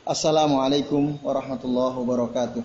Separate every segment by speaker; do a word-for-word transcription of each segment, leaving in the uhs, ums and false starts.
Speaker 1: Assalamualaikum warahmatullahi wabarakatuh.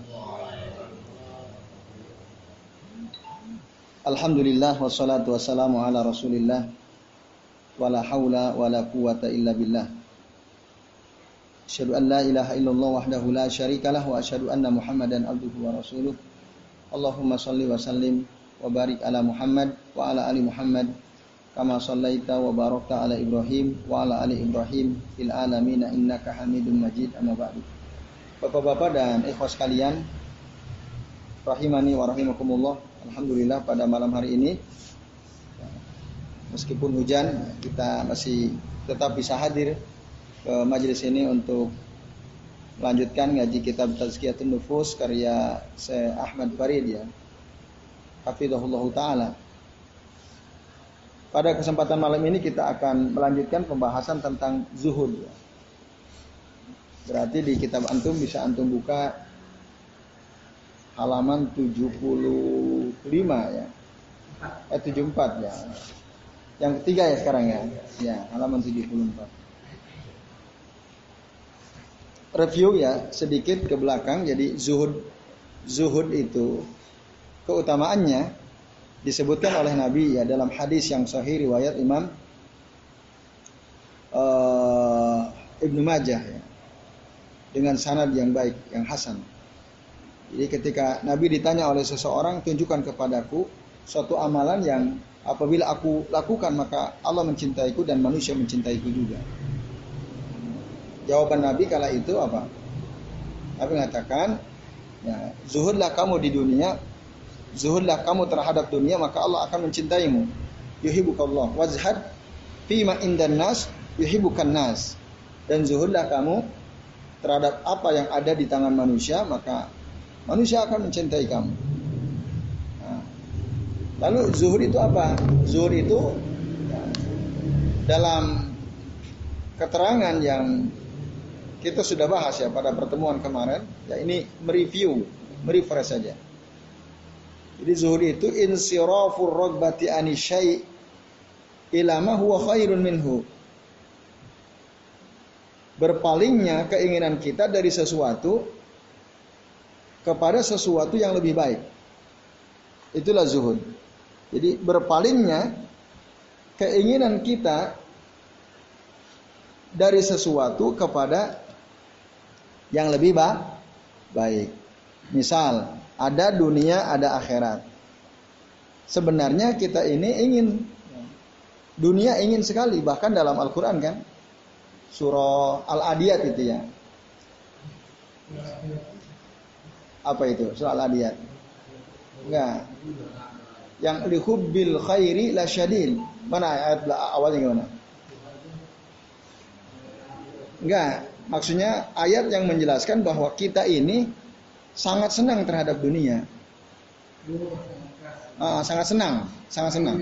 Speaker 1: Alhamdulillah wassalatu wassalamu ala Rasulillah wala haula wala quwata illa billah. Asyhadu an la ilaha illallah wahdahu la syarikalah wa asyhadu anna Muhammadan abduhu wa rasuluh. Allahumma shalli wa sallim wa barik ala Muhammad wa ala ali Muhammad kama shallaita wa barakta ala Ibrahim wa ala ali Ibrahim fil alamin innaka Hamidum Majid. Amma ba'du. Bapak-bapak dan ikhwas sekalian, rahimani wa rahimakumullah. Alhamdulillah pada malam hari ini meskipun hujan kita masih tetap bisa hadir ke majelis ini untuk melanjutkan ngaji kitab Tazkiyatun Nufus karya Syekh Ahmad Farid ya. Hafizahullah taala. Pada kesempatan malam ini kita akan melanjutkan pembahasan tentang zuhud. Berarti di kitab antum bisa antum buka halaman tujuh puluh lima ya. Eh tujuh puluh empat ya. Yang ketiga ya sekarang ya. Ya, halaman tujuh puluh empat. Review ya sedikit ke belakang. Jadi zuhud zuhud itu keutamaannya disebutkan oleh Nabi ya dalam hadis yang sahih riwayat Imam uh, Ibnu Majah ya, dengan sanad yang baik, yang hasan. Jadi ketika Nabi ditanya oleh seseorang, tunjukkan kepadaku suatu amalan yang apabila aku lakukan maka Allah mencintaiku dan manusia mencintaiku juga. Jawaban Nabi kala itu apa? Nabi mengatakan, ya, zuhudlah kamu di dunia. Zuhudlah kamu terhadap dunia maka Allah akan mencintaimu. Yuhibbukallah wazhad fima indan nas yuhibbukan nas. Dan zuhudlah kamu terhadap apa yang ada di tangan manusia maka manusia akan mencintai kamu. Nah, lalu zuhud itu apa? Zuhud itu ya, dalam keterangan yang kita sudah bahas ya pada pertemuan kemarin. Ya ini mereview, merefresh saja. Jadi zuhud itu insirafur ragbati ani syai' ila ma huwa khairun minhu. Berpalingnya keinginan kita dari sesuatu kepada sesuatu yang lebih baik. Itulah zuhud. Jadi berpalingnya keinginan kita dari sesuatu kepada yang lebih baik. Misal ada dunia, ada akhirat. Sebenarnya kita ini ingin dunia ingin sekali, bahkan dalam Al-Quran kan, surah Al-Adiyat itu ya. Apa itu? Surah Al-Adiyat. Enggak. Yang lihubbil khairi la syadid. Mana ayat awalnya gimana? Enggak. Maksudnya ayat yang menjelaskan bahwa kita ini sangat senang terhadap dunia. Ah, sangat senang, sangat senang.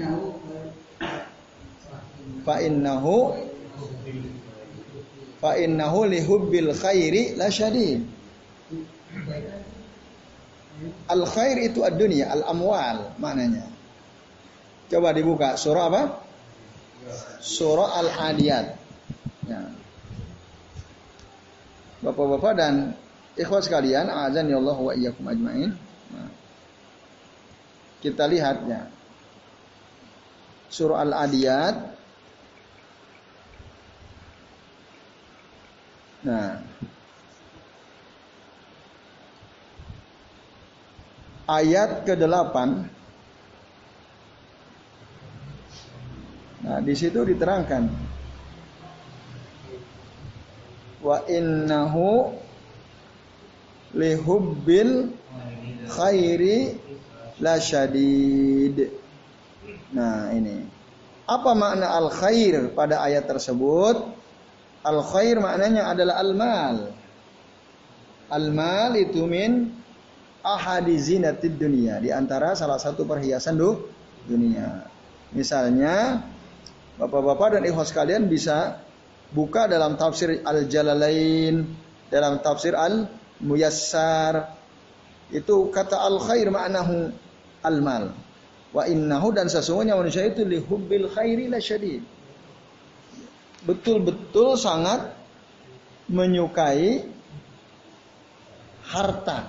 Speaker 1: Fa innahu fa innahu lihubbil khairi la syadid. Al khair itu ad-dunya, al amwal maknanya. Coba dibuka surah apa? Surah Al-Adiyat. Ya. Bapak-bapak dan ikhwas sekalian, a'azani Allah wa iyyakum ajmain. Nah, kita lihat ya. Surah Al-Adiyat. Nah. Ayat kedelapan. Nah, di situ diterangkan wa innahu lihubbil khairi la syadid. Nah ini apa makna al khair pada ayat tersebut? Al khair maknanya adalah al mal. Al mal itu min ahadi zinatid dunia, di antara salah satu perhiasan du, dunia. Misalnya bapak-bapak dan ikhwas sekalian bisa buka dalam tafsir Al-Jalalain, dalam tafsir Al-Muyassar. Itu kata al-khair ma'nahu al-mal. Wa innahu, dan sesungguhnya manusia itu lihubbil khairi lasyadid. Betul-betul sangat menyukai harta.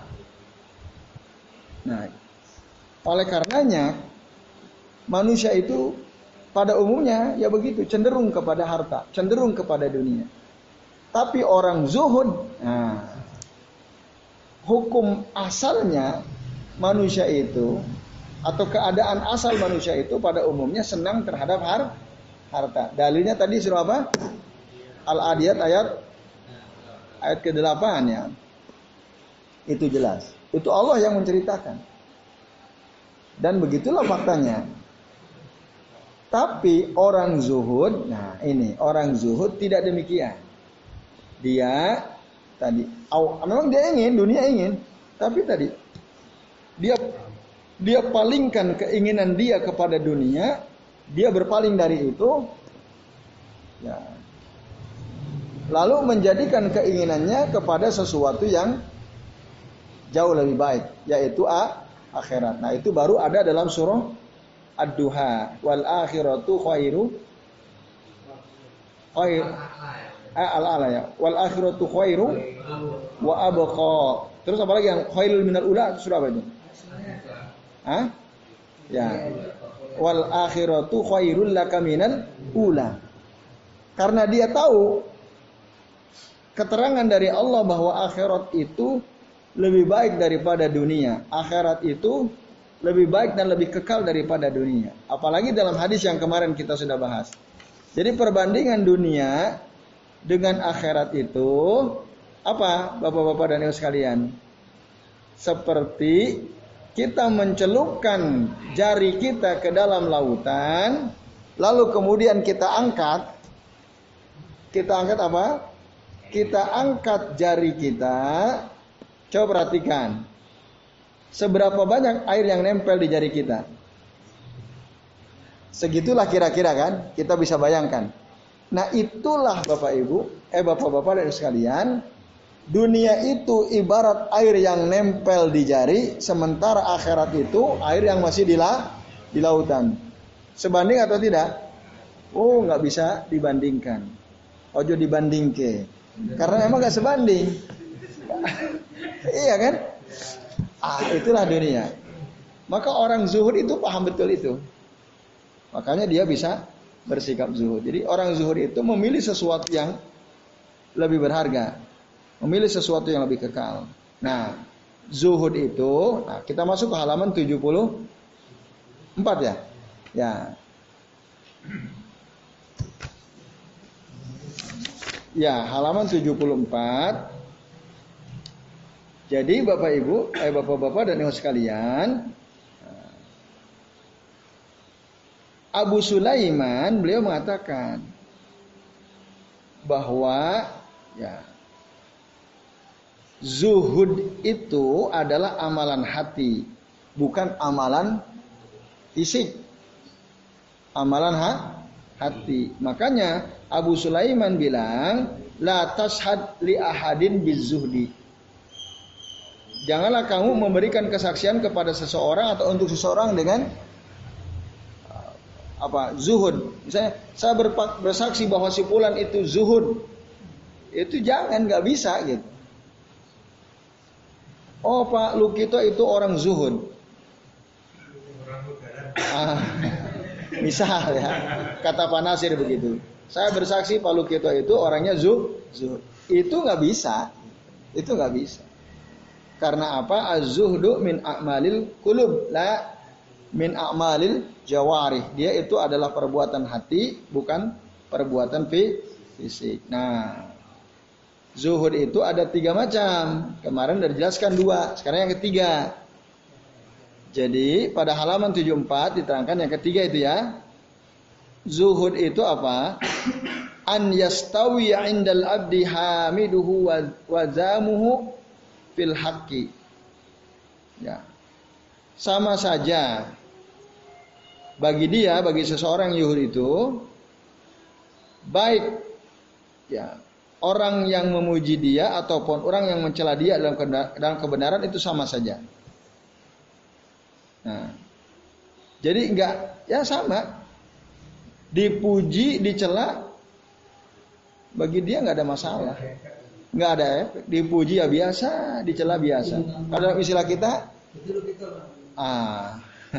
Speaker 1: Nah, oleh karenanya manusia itu pada umumnya ya begitu, cenderung kepada harta, cenderung kepada dunia. Tapi orang zuhud, nah, hukum asalnya manusia itu atau keadaan asal manusia itu pada umumnya senang terhadap har harta. Dalilnya tadi surah apa? Al-Adiyat ayat ayat kedelapan ya. Itu jelas. Itu Allah yang menceritakan. Dan begitulah faktanya. Tapi orang zuhud, nah ini orang zuhud tidak demikian. Dia tadi, oh, memang dia ingin, dunia ingin, tapi tadi dia dia palingkan keinginan dia kepada dunia, dia berpaling dari itu, ya, lalu menjadikan keinginannya kepada sesuatu yang jauh lebih baik, yaitu a, akhirat. Nah itu baru ada dalam surah Ad-Duha, wal akhiratu khairu khair al-ala ya, wal akhiratu khairu wa abqa. Terus apa lagi yang khairul minal ula, surah apa itu? Hah? Ya. Wal akhiratu khairul laka minal ula. Karena dia tahu keterangan dari Allah bahwa akhirat itu lebih baik daripada dunia. Akhirat itu lebih baik dan lebih kekal daripada dunia. Apalagi dalam hadis yang kemarin kita sudah bahas. Jadi perbandingan dunia dengan akhirat itu apa, Bapak-bapak dan Ibu sekalian? Seperti kita mencelupkan jari kita ke dalam lautan, lalu kemudian kita angkat. Kita angkat apa? Kita angkat jari kita. Coba perhatikan. Seberapa banyak air yang nempel di jari kita? Segitulah kira-kira kan? Kita bisa bayangkan. Nah itulah Bapak Ibu, eh Bapak-bapak dan sekalian, dunia itu ibarat air yang nempel di jari, sementara akhirat itu air yang masih di, la, di lautan. Sebanding atau tidak? Oh nggak bisa dibandingkan. Ojo dibandingke. Karena emang nggak sebanding. Iya kan? Ah, itulah dunia. Maka orang zuhud itu paham betul itu. Makanya dia bisa bersikap zuhud. Jadi orang zuhud itu memilih sesuatu yang lebih berharga, memilih sesuatu yang lebih kekal. Nah, zuhud itu, nah kita masuk ke halaman tujuh puluh empat ya. Ya. Ya, halaman tujuh puluh empat. Jadi Bapak Ibu, eh Bapak-bapak dan Ibu sekalian, Abu Sulaiman beliau mengatakan bahwa ya zuhud itu adalah amalan hati, bukan amalan fisik. Amalan ha? hati. Makanya Abu Sulaiman bilang, la tashhad li ahadin bizuhdi. Janganlah kamu memberikan kesaksian kepada seseorang atau untuk seseorang dengan apa? Zuhud. Misalnya saya bersaksi bahwa si fulan itu zuhud. Itu jangan, nggak bisa gitu. Oh Pak Lukito itu orang zuhud. Ah, misal ya, kata Pak Nasir begitu. Saya bersaksi Pak Lukito itu orangnya zuhud. Itu nggak bisa. Itu nggak bisa. Karena apa? Az-zuhdu min a'malil qulub, la min a'malil jawarih. Dia itu adalah perbuatan hati, bukan perbuatan fisik. Nah, zuhud itu ada tiga macam. Kemarin sudah dijelaskan dua, sekarang yang ketiga. Jadi pada halaman tujuh puluh empat diterangkan yang ketiga itu ya. Zuhud itu apa? An yastawi 'indal abdi hamiduhu wa zamuhu fil haqqi. Ya. Sama saja bagi dia, bagi seseorang yuhud itu, baik ya orang yang memuji dia ataupun orang yang mencela dia dalam dalam kebenaran itu sama saja. Nah, jadi enggak, ya sama. Dipuji, dicela, bagi dia enggak ada masalah. nggak ada efek. Dipuji ya biasa, dicela biasa. Kalau istilah kita, ah,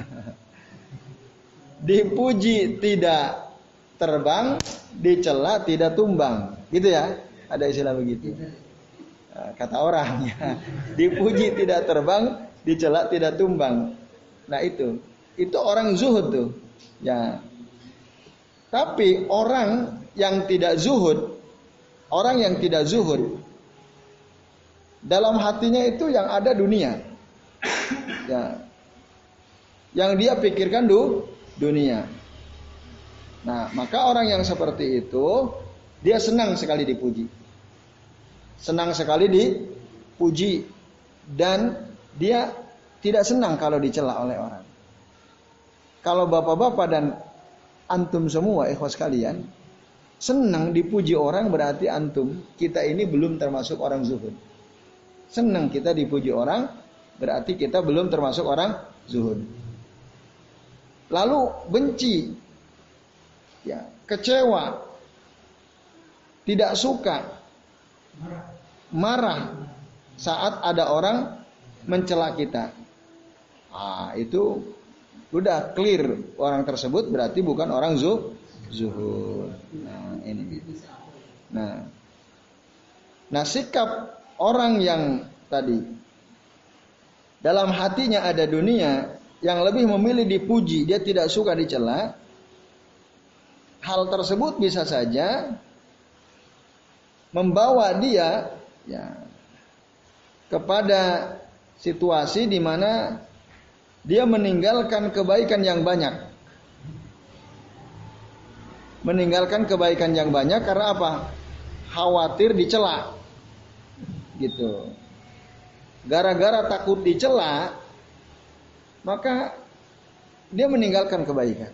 Speaker 1: dipuji tidak terbang, dicela tidak tumbang, gitu ya? Ada istilah begitu. Nah, kata orang ya, dipuji tidak terbang, dicela tidak tumbang. Nah itu, itu orang zuhud tuh, ya. Tapi orang yang tidak zuhud, orang yang tidak zuhud, dalam hatinya itu yang ada dunia, ya. Yang dia pikirkan du, dunia. Nah, maka orang yang seperti itu, dia senang sekali dipuji. Senang sekali dipuji. Dan dia tidak senang kalau dicela oleh orang. Kalau bapak-bapak dan antum semua, ikhwas kalian, senang dipuji orang berarti antum, kita ini belum termasuk orang zuhud. Senang kita dipuji orang, berarti kita belum termasuk orang zuhud. Lalu benci, ya, kecewa, tidak suka, marah saat ada orang mencela kita. Ah, itu udah clear, orang tersebut berarti bukan orang zuh, zuhud. Nah, ini. Nah, nah sikap orang yang tadi dalam hatinya ada dunia, yang lebih memilih dipuji, dia tidak suka dicela. Hal tersebut bisa saja membawa dia ya kepada situasi di mana dia meninggalkan kebaikan yang banyak. Meninggalkan kebaikan yang banyak karena apa? Khawatir dicela. Gitu. Gara-gara takut dicela, maka dia meninggalkan kebaikan.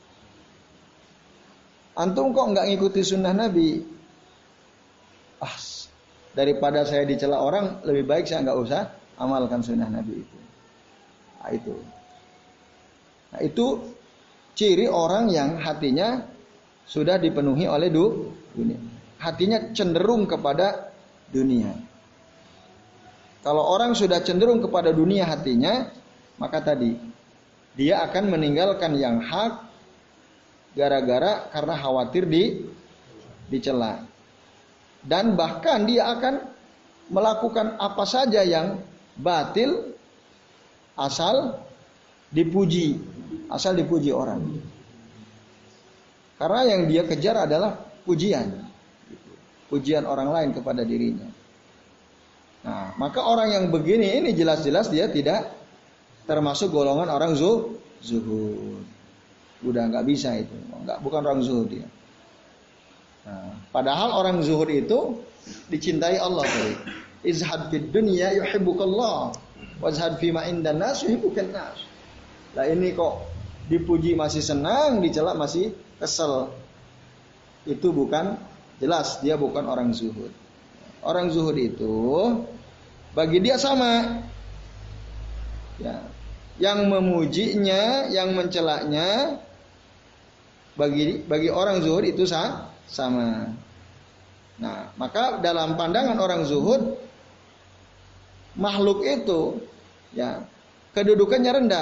Speaker 1: Antum kok nggak ngikuti sunnah Nabi? Ah, daripada saya dicela orang, lebih baik saya nggak usah amalkan sunnah Nabi itu. Nah, itu. Nah, itu ciri orang yang hatinya sudah dipenuhi oleh dunia. Hatinya cenderung kepada dunia. Kalau orang sudah cenderung kepada dunia hatinya, maka tadi dia akan meninggalkan yang hak gara-gara karena khawatir di dicela. Dan bahkan dia akan melakukan apa saja yang batil asal dipuji, asal dipuji orang. Karena yang dia kejar adalah pujian. Pujian orang lain kepada dirinya. Nah, maka orang yang begini ini jelas-jelas dia tidak termasuk golongan orang zuhud. Udah nggak bisa itu, nggak, bukan orang zuhud dia. Nah, padahal orang zuhud itu dicintai Allah tadi. Izhad fid dunya yuhibbukallah, wazhad fima indan nas yuhibbukan nas. Lah ini kok dipuji masih senang, dicela masih kesel. Itu bukan, jelas dia bukan orang zuhud. Orang zuhud itu bagi dia sama. Ya. Yang memujinya, yang mencelaknya bagi bagi orang zuhud itu sah, sama. Nah, maka dalam pandangan orang zuhud, makhluk itu ya kedudukannya rendah.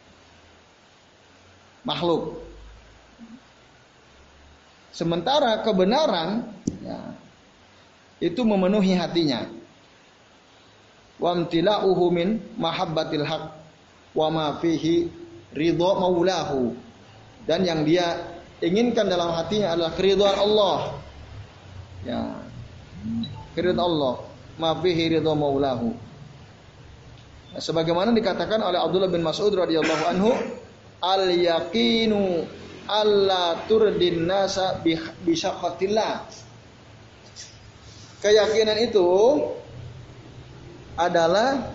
Speaker 1: Makhluk. Sementara kebenaran ya, itu memenuhi hatinya. Wa amtila'uhu min mahabbatil haq wa ma fihi ridha maulahu. Dan yang dia inginkan dalam hatinya adalah keridhaan Allah. Ya. Keridhaan Allah, ma fihi ridha maulahu. Nah, sebagaimana dikatakan oleh Abdullah bin Mas'ud radhiyallahu anhu, al yaqinu alla turdin nasa bi syaqatillah. Keyakinan itu adalah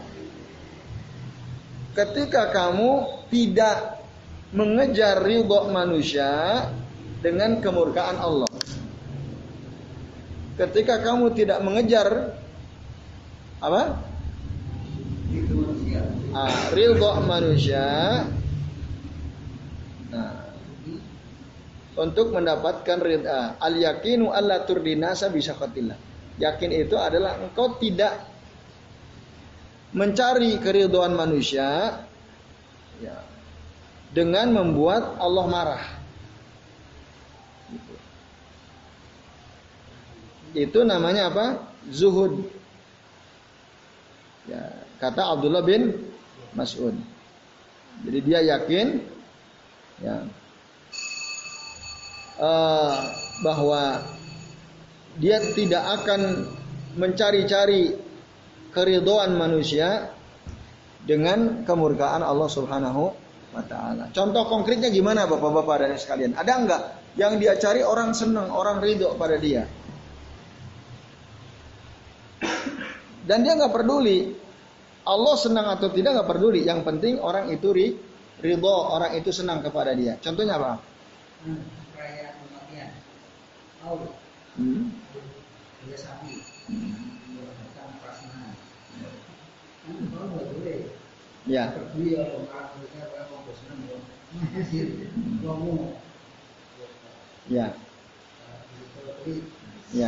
Speaker 1: ketika kamu tidak mengejar ridha manusia dengan kemurkaan Allah. Ketika kamu tidak mengejar apa? Ah, ridha manusia. Nah, untuk mendapatkan ridha, al yaqinu alla turdinasa bi syaqatillah. Yakin itu adalah engkau tidak mencari keridhaan manusia ya, dengan membuat Allah marah. Gitu. Itu namanya apa? Zuhud. Ya, kata Abdullah bin Mas'ud. Jadi dia yakin ya, uh, bahwa dia tidak akan mencari-cari keridhaan manusia dengan kemurkaan Allah Subhanahu wa taala. Contoh konkretnya gimana Bapak-bapak dan sekalian? Ada enggak yang dia cari orang senang, orang ridho pada dia? Dan dia enggak peduli Allah senang atau tidak, enggak peduli. Yang penting orang itu ridho, orang itu senang kepada dia. Contohnya apa?
Speaker 2: Hmm, perayaan kematian. Oh.
Speaker 1: Hmm.
Speaker 2: Dia sapi. Hmm.
Speaker 1: Ya. Ya. Ya.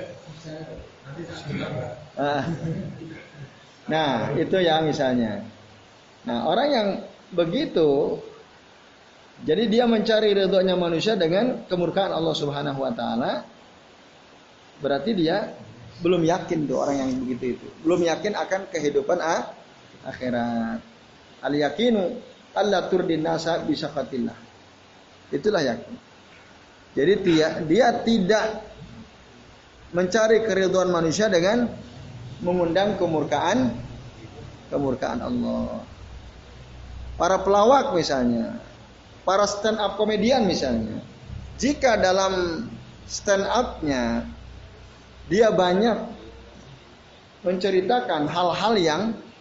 Speaker 1: Nah, itu ya misalnya. Nah, orang yang begitu, jadi dia mencari ridhonya manusia dengan kemurkaan Allah Subhanahu wa taala. Berarti dia belum yakin tuh orang yang begitu itu. Belum yakin akan kehidupan ah, akhirat. Al yakinu alla turdin nasa bi syafatillah. Itulah yakin. Jadi dia dia tidak mencari keridhaan manusia dengan mengundang kemurkaan kemurkaan Allah. Para pelawak misalnya, para stand up komedian misalnya, jika dalam stand up-nya dia banyak menceritakan hal-hal yang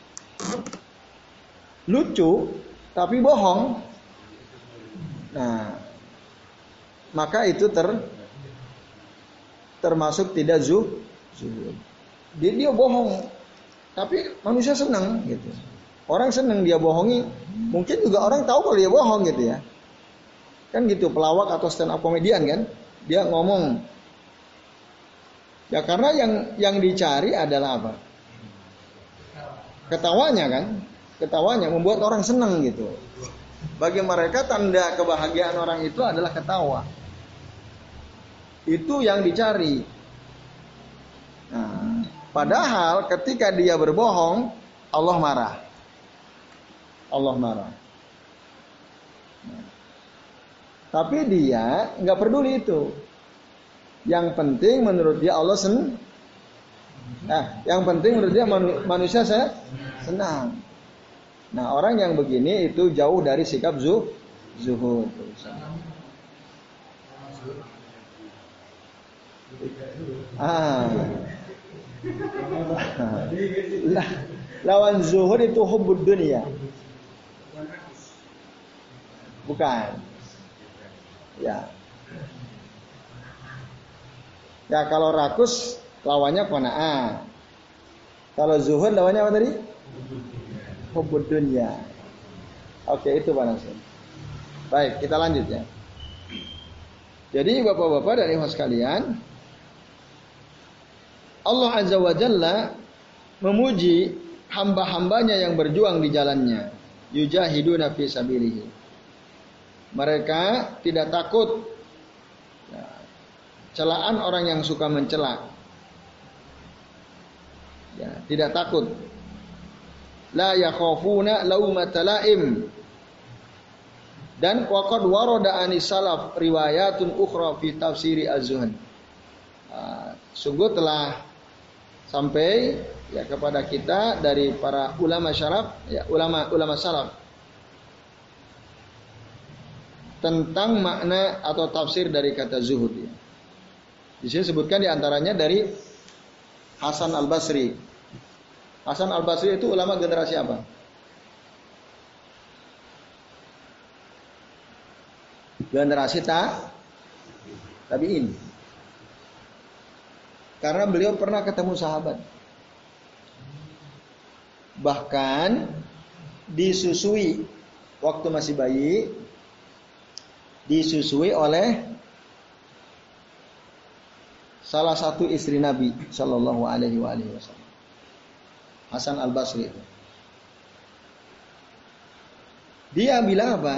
Speaker 1: lucu tapi bohong, nah maka itu ter termasuk tidak zuhud. Dia, dia bohong, tapi manusia senang gitu. Orang senang dia bohongi, mungkin juga orang tahu kalau dia bohong gitu ya. Kan gitu pelawak atau stand up komedian kan, dia ngomong. Ya karena yang yang dicari adalah apa? Ketawanya kan, ketawanya membuat orang senang gitu. Bagi mereka tanda kebahagiaan orang itu adalah ketawa. Itu yang dicari. Nah, padahal ketika dia berbohong, Allah marah. Allah marah. Nah, tapi dia nggak peduli itu. Yang penting menurut dia Allah sen. Nah, yang penting menurut dia manusia saya senang. Nah, orang yang begini itu jauh dari sikap zuh, zuhud. Ah. Lah, lawan zuhud itu hubbud dunia. Bukan. Ya. Ya kalau rakus lawannya qanaah. Kalau zuhud lawannya apa tadi? Hubbud dunya. Oke, itu Pak Nasir. Baik, kita lanjut ya. Jadi Bapak-bapak dan Ibu sekalian, Allah Azza wa Jalla memuji hamba-hambanya yang berjuang di jalannya. Yujahiduna fi sabilihi. Mereka tidak takut celaan orang yang suka mencela. Ya, tidak takut. La yakhafuna laumata laim. Dan waqad warada anis salaf riwayatun ukhra fi tafsiri az-zuhd. Uh, sungguh telah sampai ya kepada kita dari para ulama syaraf, ya ulama ulama salaf tentang makna atau tafsir dari kata zuhud ya. Di sini sebutkan diantaranya dari Hasan Al-Basri. Hasan Al-Basri itu ulama generasi apa? Generasi ta tabi'in. Karena beliau pernah ketemu sahabat. Bahkan disusui waktu masih bayi, disusui oleh salah satu istri Nabi Shallallahu Alaihi Wasallam, Hasan Al Basri itu. Dia bilang apa?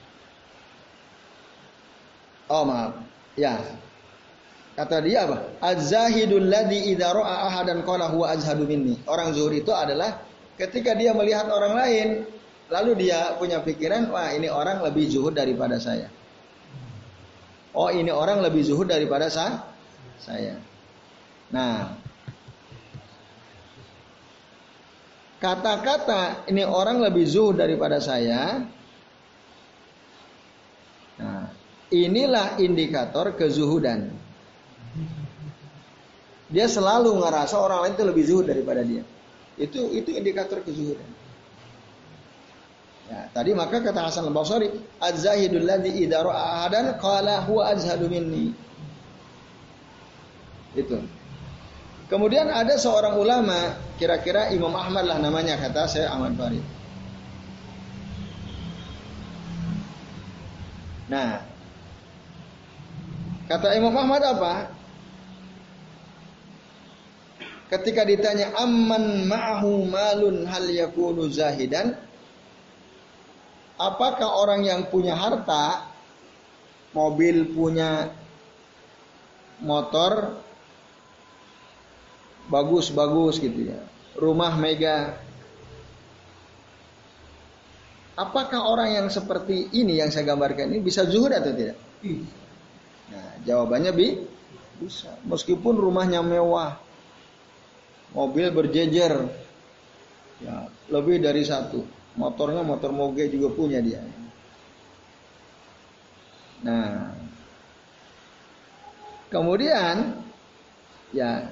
Speaker 1: Oh maaf, ya. Kata dia apa? Az-zahidul ladzi idza ra'a ahadan qala huwa azhadu minni. Orang zuhud itu adalah ketika dia melihat orang lain, lalu dia punya pikiran, wah ini orang lebih zuhud daripada saya. Oh ini orang lebih zuhud daripada sa saya. Nah, kata-kata ini orang lebih zuhud daripada saya. Nah, inilah indikator kezuhudan. Dia selalu ngerasa orang lain itu lebih zuhud daripada dia. Itu itu indikator kezuhudan. Ya, tadi maka kata Hasan Al-Basri, az-zahidul ladzi idza ra'a ahadan qala huwa azhadu minni. Itu. Kemudian ada seorang ulama, kira-kira Imam Ahmad lah namanya, kata saya Ahmad Farid. Nah, kata Imam Ahmad apa? Ketika ditanya amman ma'ahu malun hal yakunu zahidan? Apakah orang yang punya harta, mobil, punya motor bagus-bagus gitu ya, rumah mega, apakah orang yang seperti ini yang saya gambarkan ini bisa zuhud atau tidak? Nah, jawabannya bi bisa. Meskipun rumahnya mewah, mobil berjejer, ya lebih dari satu. Motornya motor moge juga punya dia. Nah, kemudian ya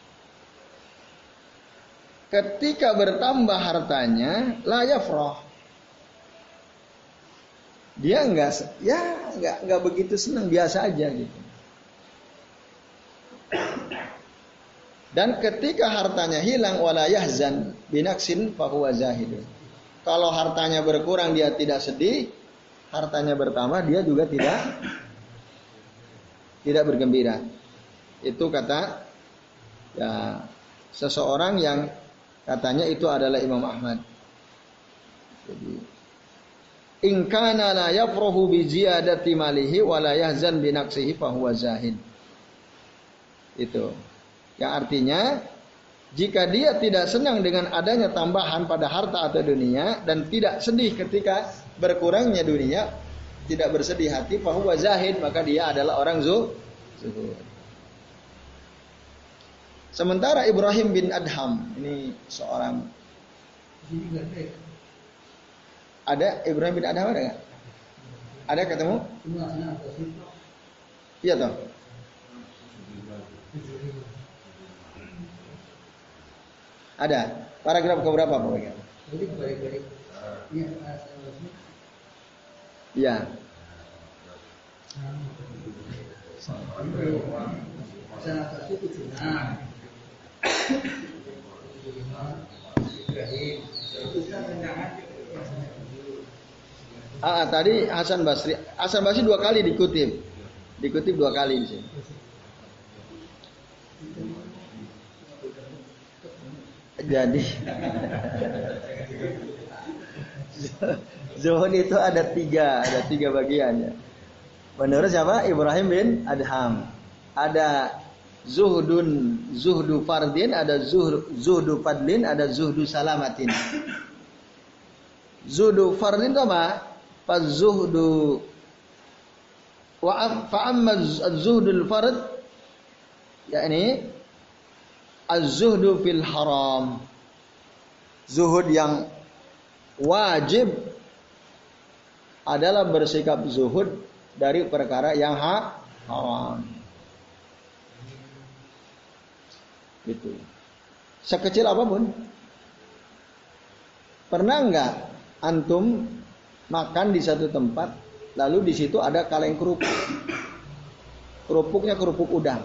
Speaker 1: ketika bertambah hartanya la yafrah. Dia enggak ya enggak enggak begitu senang, biasa aja gitu. Dan ketika hartanya hilang wala yahzan binaksin fa huwa zahidun. Kalau hartanya berkurang dia tidak sedih, hartanya bertambah dia juga tidak tidak bergembira. Itu kata ya seseorang yang katanya itu adalah Imam Ahmad. Jadi in kana la yafrahu bi ziyadati malihi wa la yahzan bi naqsihi fa huwa zahid. Itu. Yang artinya jika dia tidak senang dengan adanya tambahan pada harta atau dunia dan tidak sedih ketika berkurangnya dunia, tidak bersedih hati, fahuwa zahid, maka dia adalah orang zuhud. Sementara Ibrahim bin Adham, ini seorang, ada Ibrahim bin Adham ada nggak? Ada ketemu? Iya toh. Ada. Paragraf keberapa Pak Bagian? Iya. Ah, tadi Hasan Basri, Hasan Basri dua kali dikutip, dikutip dua kali di sini. Jadi zuhud itu ada tiga, ada tiga bagiannya. Menurut siapa? Ibrahim bin Adham. Ada zuhdun, zuhdu fardin, ada zuhdu, zuhdu fadlin, ada zuhdu salamatin. Zuhdu fardin itu apa? Fazuhdu wa fa'amma az-zuhdul fard, yakni az-zuhdu fil haram. Zuhud yang wajib adalah bersikap zuhud dari perkara yang hak haram. Gitu. Sekecil apapun. Pernah enggak antum makan di satu tempat, lalu di situ ada kaleng kerupuk. Kerupuknya kerupuk udang.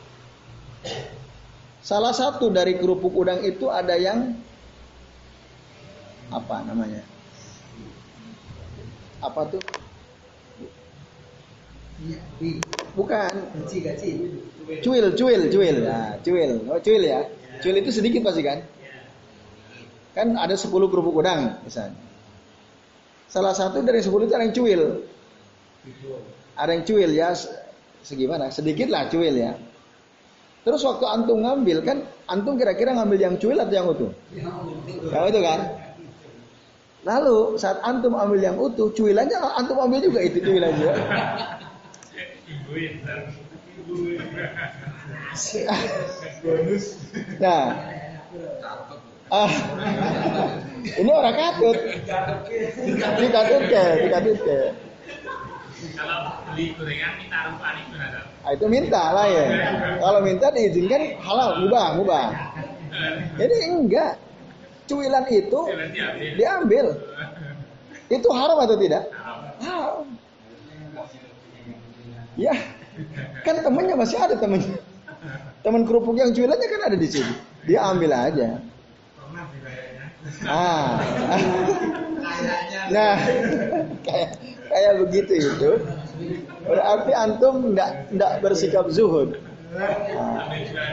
Speaker 1: Salah satu dari kerupuk udang itu ada yang apa namanya? Apa tuh?
Speaker 2: Iya, bi.
Speaker 1: Bukan.
Speaker 2: Gaji, gaji.
Speaker 1: Cuil, cuil, cuil. Nah, cuil. Oh, cuil ya. Cuil itu sedikit pasti kan? Kan ada sepuluh kerupuk udang misalnya. Salah satu dari sepuluh itu ada yang cuil. Ada yang cuil ya, segimana? Sedikit lah cuil ya. Terus waktu antum ngambil kan, antum kira-kira ngambil yang cuil atau yang utuh? Yang itu kan? Lalu saat antum ambil yang utuh, cuilannya antum ambil juga itu cuilannya. Nah, ah, ini orang katut, dikatut ke, dikatut ke.
Speaker 3: Kalau beli gorengan minta rumpaan itu ada.
Speaker 1: Ah, itu minta lah ya. Kalau minta diizinkan halal, mubah, mubah. Ini enggak. Cuilan itu diambil. Itu haram atau tidak? Haram. Ya, kan temennya masih ada temennya. Teman kerupuk yang cuilannya kan ada di sini. Dia ambil aja. Ah, nah, kayak kayak begitu itu. Berarti antum enggak enggak bersikap zuhud. Nah.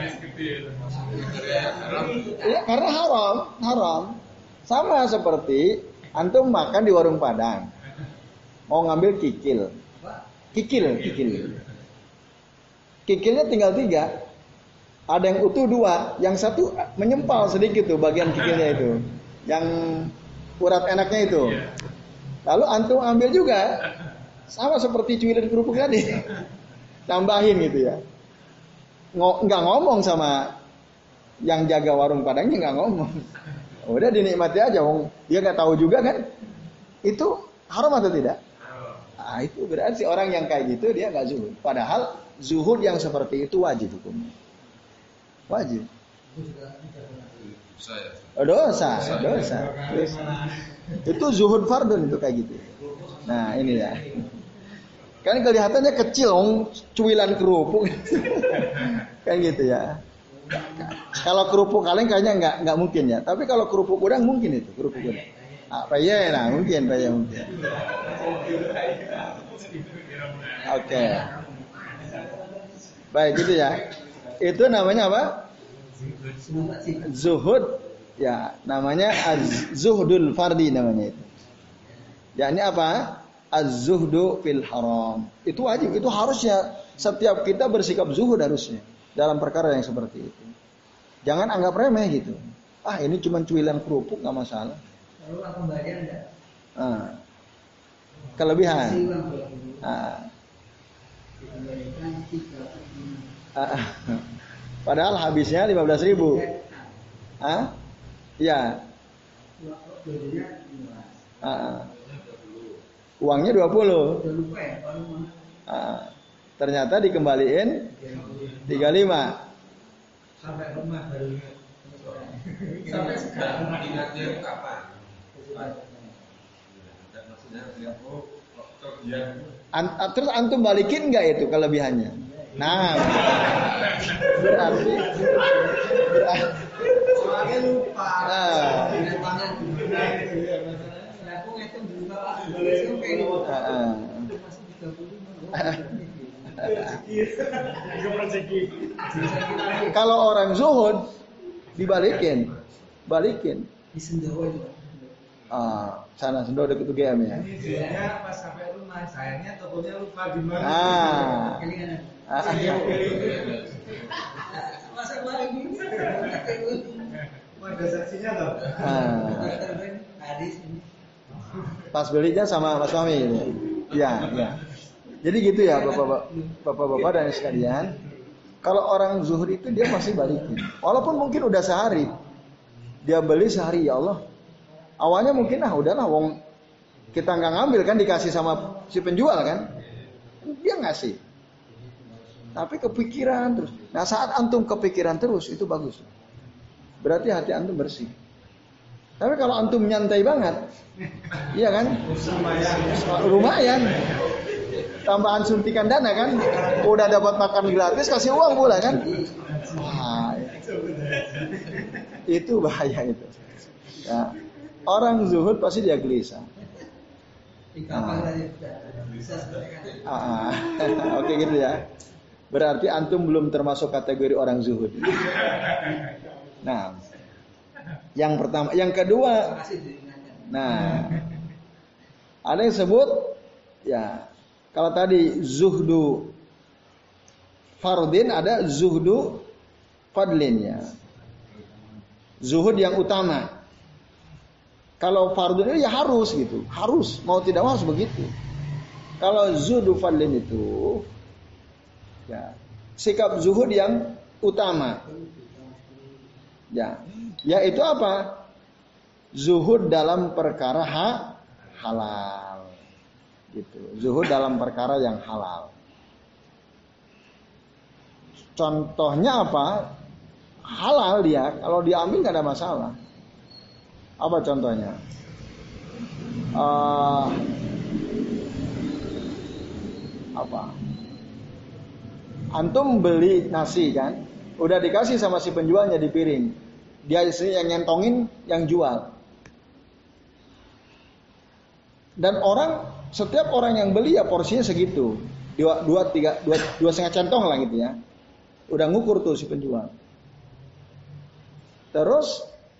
Speaker 1: Ya, karena haram, haram. Sama seperti antum makan di warung Padang. Mau ngambil kikil. Kikil, kikil. Kikilnya tinggal tiga. Ada yang utuh dua, yang satu menyempal sedikit tuh bagian kikilnya itu. Yang urat enaknya itu. Lalu antum ambil juga. Sama seperti cuilan kerupuk tadi. Tambahin gitu ya. Nggak ngomong sama yang jaga warung Padangnya, nggak ngomong. Udah dinikmati aja, wong dia nggak tahu juga kan. Itu haram atau tidak? Nah, itu berarti orang yang kayak gitu dia nggak zuhud. Padahal zuhud yang seperti itu wajib hukumnya. Wajib. Oh, dosa, dosa. Itu zuhud fardun itu kayak gitu. Nah ini ya. Kan kelihatannya kecil, om cuilan kerupuk. Kan gitu ya. Kalau kerupuk kaleng kayaknya nggak nggak mungkin ya. Tapi kalau kerupuk udang mungkin itu kerupuk udang. Ah, peye, nah mungkin peye mungkin. Oke. Okay. Baik gitu ya. Itu namanya apa? Zuhud. Ya, namanya az-zuhdul fardi namanya itu. Ya ini apa? Az-zuhdu fil haram. Itu wajib, itu harusnya setiap kita bersikap zuhud harusnya dalam perkara yang seperti itu. Jangan anggap remeh gitu. Ah, ini cuma cuilan kerupuk enggak masalah.
Speaker 2: Lalu kembalian enggak?
Speaker 1: Ah. Kelebihan. Ah. Ah. Padahal habisnya lima belas ribu. Ah? Iya. Ah. Uangnya dua puluh. Ah. Ternyata dikembaliin tiga puluh lima.
Speaker 2: Sampai rumah baru sampai sekarang ingatnya kapan?
Speaker 1: An- terus antum balikin nggak itu kelebihannya? Nah, berarti berarti
Speaker 2: soalnya lupa.
Speaker 1: Nah.
Speaker 2: Aku ngitung dulu lah.
Speaker 1: Kalau orang zuhud dibalikin, balikin.
Speaker 2: Di Sendawa itu.
Speaker 1: Ah, sana Sendawa dekat U G M ya.
Speaker 2: Dia pas sampai rumah, sayangnya tokonya lupa di mana.
Speaker 1: Ah. Ah.
Speaker 2: Masa lagi. Ada saksinya loh.
Speaker 1: Ah.
Speaker 2: Hadis ini.
Speaker 1: Pas belinya sama Mas Fahmi ini. Ya, ya. Jadi gitu ya Bapak-bapak, Bapak-bapak dan sekalian. Kalau orang zuhud itu dia masih balikin. Walaupun mungkin udah sehari. Dia beli sehari, ya Allah. Awalnya mungkin ah udahlah wong kita nggak ngambil kan dikasih sama si penjual kan. Dia ngasih. Tapi kepikiran terus. Nah, saat antum kepikiran terus itu bagus. Berarti hati antum bersih. Tapi kalau antum nyantai banget, iya kan? Lumayan. Tambahan suntikan dana kan, udah dapat makan gratis kasih uang pula kan? Wah, itu bahaya itu. Ya. Orang zuhud pasti dia gelisah. Nah. Ah, oke gitu ya. Berarti antum belum termasuk kategori orang zuhud. Nah, yang pertama, yang kedua, nah, ada yang sebut, ya, kalau tadi zuhdu fardin, ada zuhdu fadlin ya. Zuhud yang utama. Kalau fardun itu ya harus gitu, harus mau tidak mau harus begitu. Kalau zuhdu fadlin itu, ya, sikap zuhud yang utama. Ya, yaitu apa? Zuhud dalam perkara ha, halal. Gitu. Zuhud dalam perkara yang halal. Contohnya apa? Halal dia, kalau diambil nggak ada masalah. Apa contohnya? Uh, apa? Antum beli nasi kan, udah dikasih sama si penjualnya di piring. Dia sendiri yang nyentongin, yang jual. Dan orang, setiap orang yang beli ya porsinya segitu, dua, dua, tiga, dua, dua setengah centong lah gitu ya. Udah ngukur tuh si penjual. Terus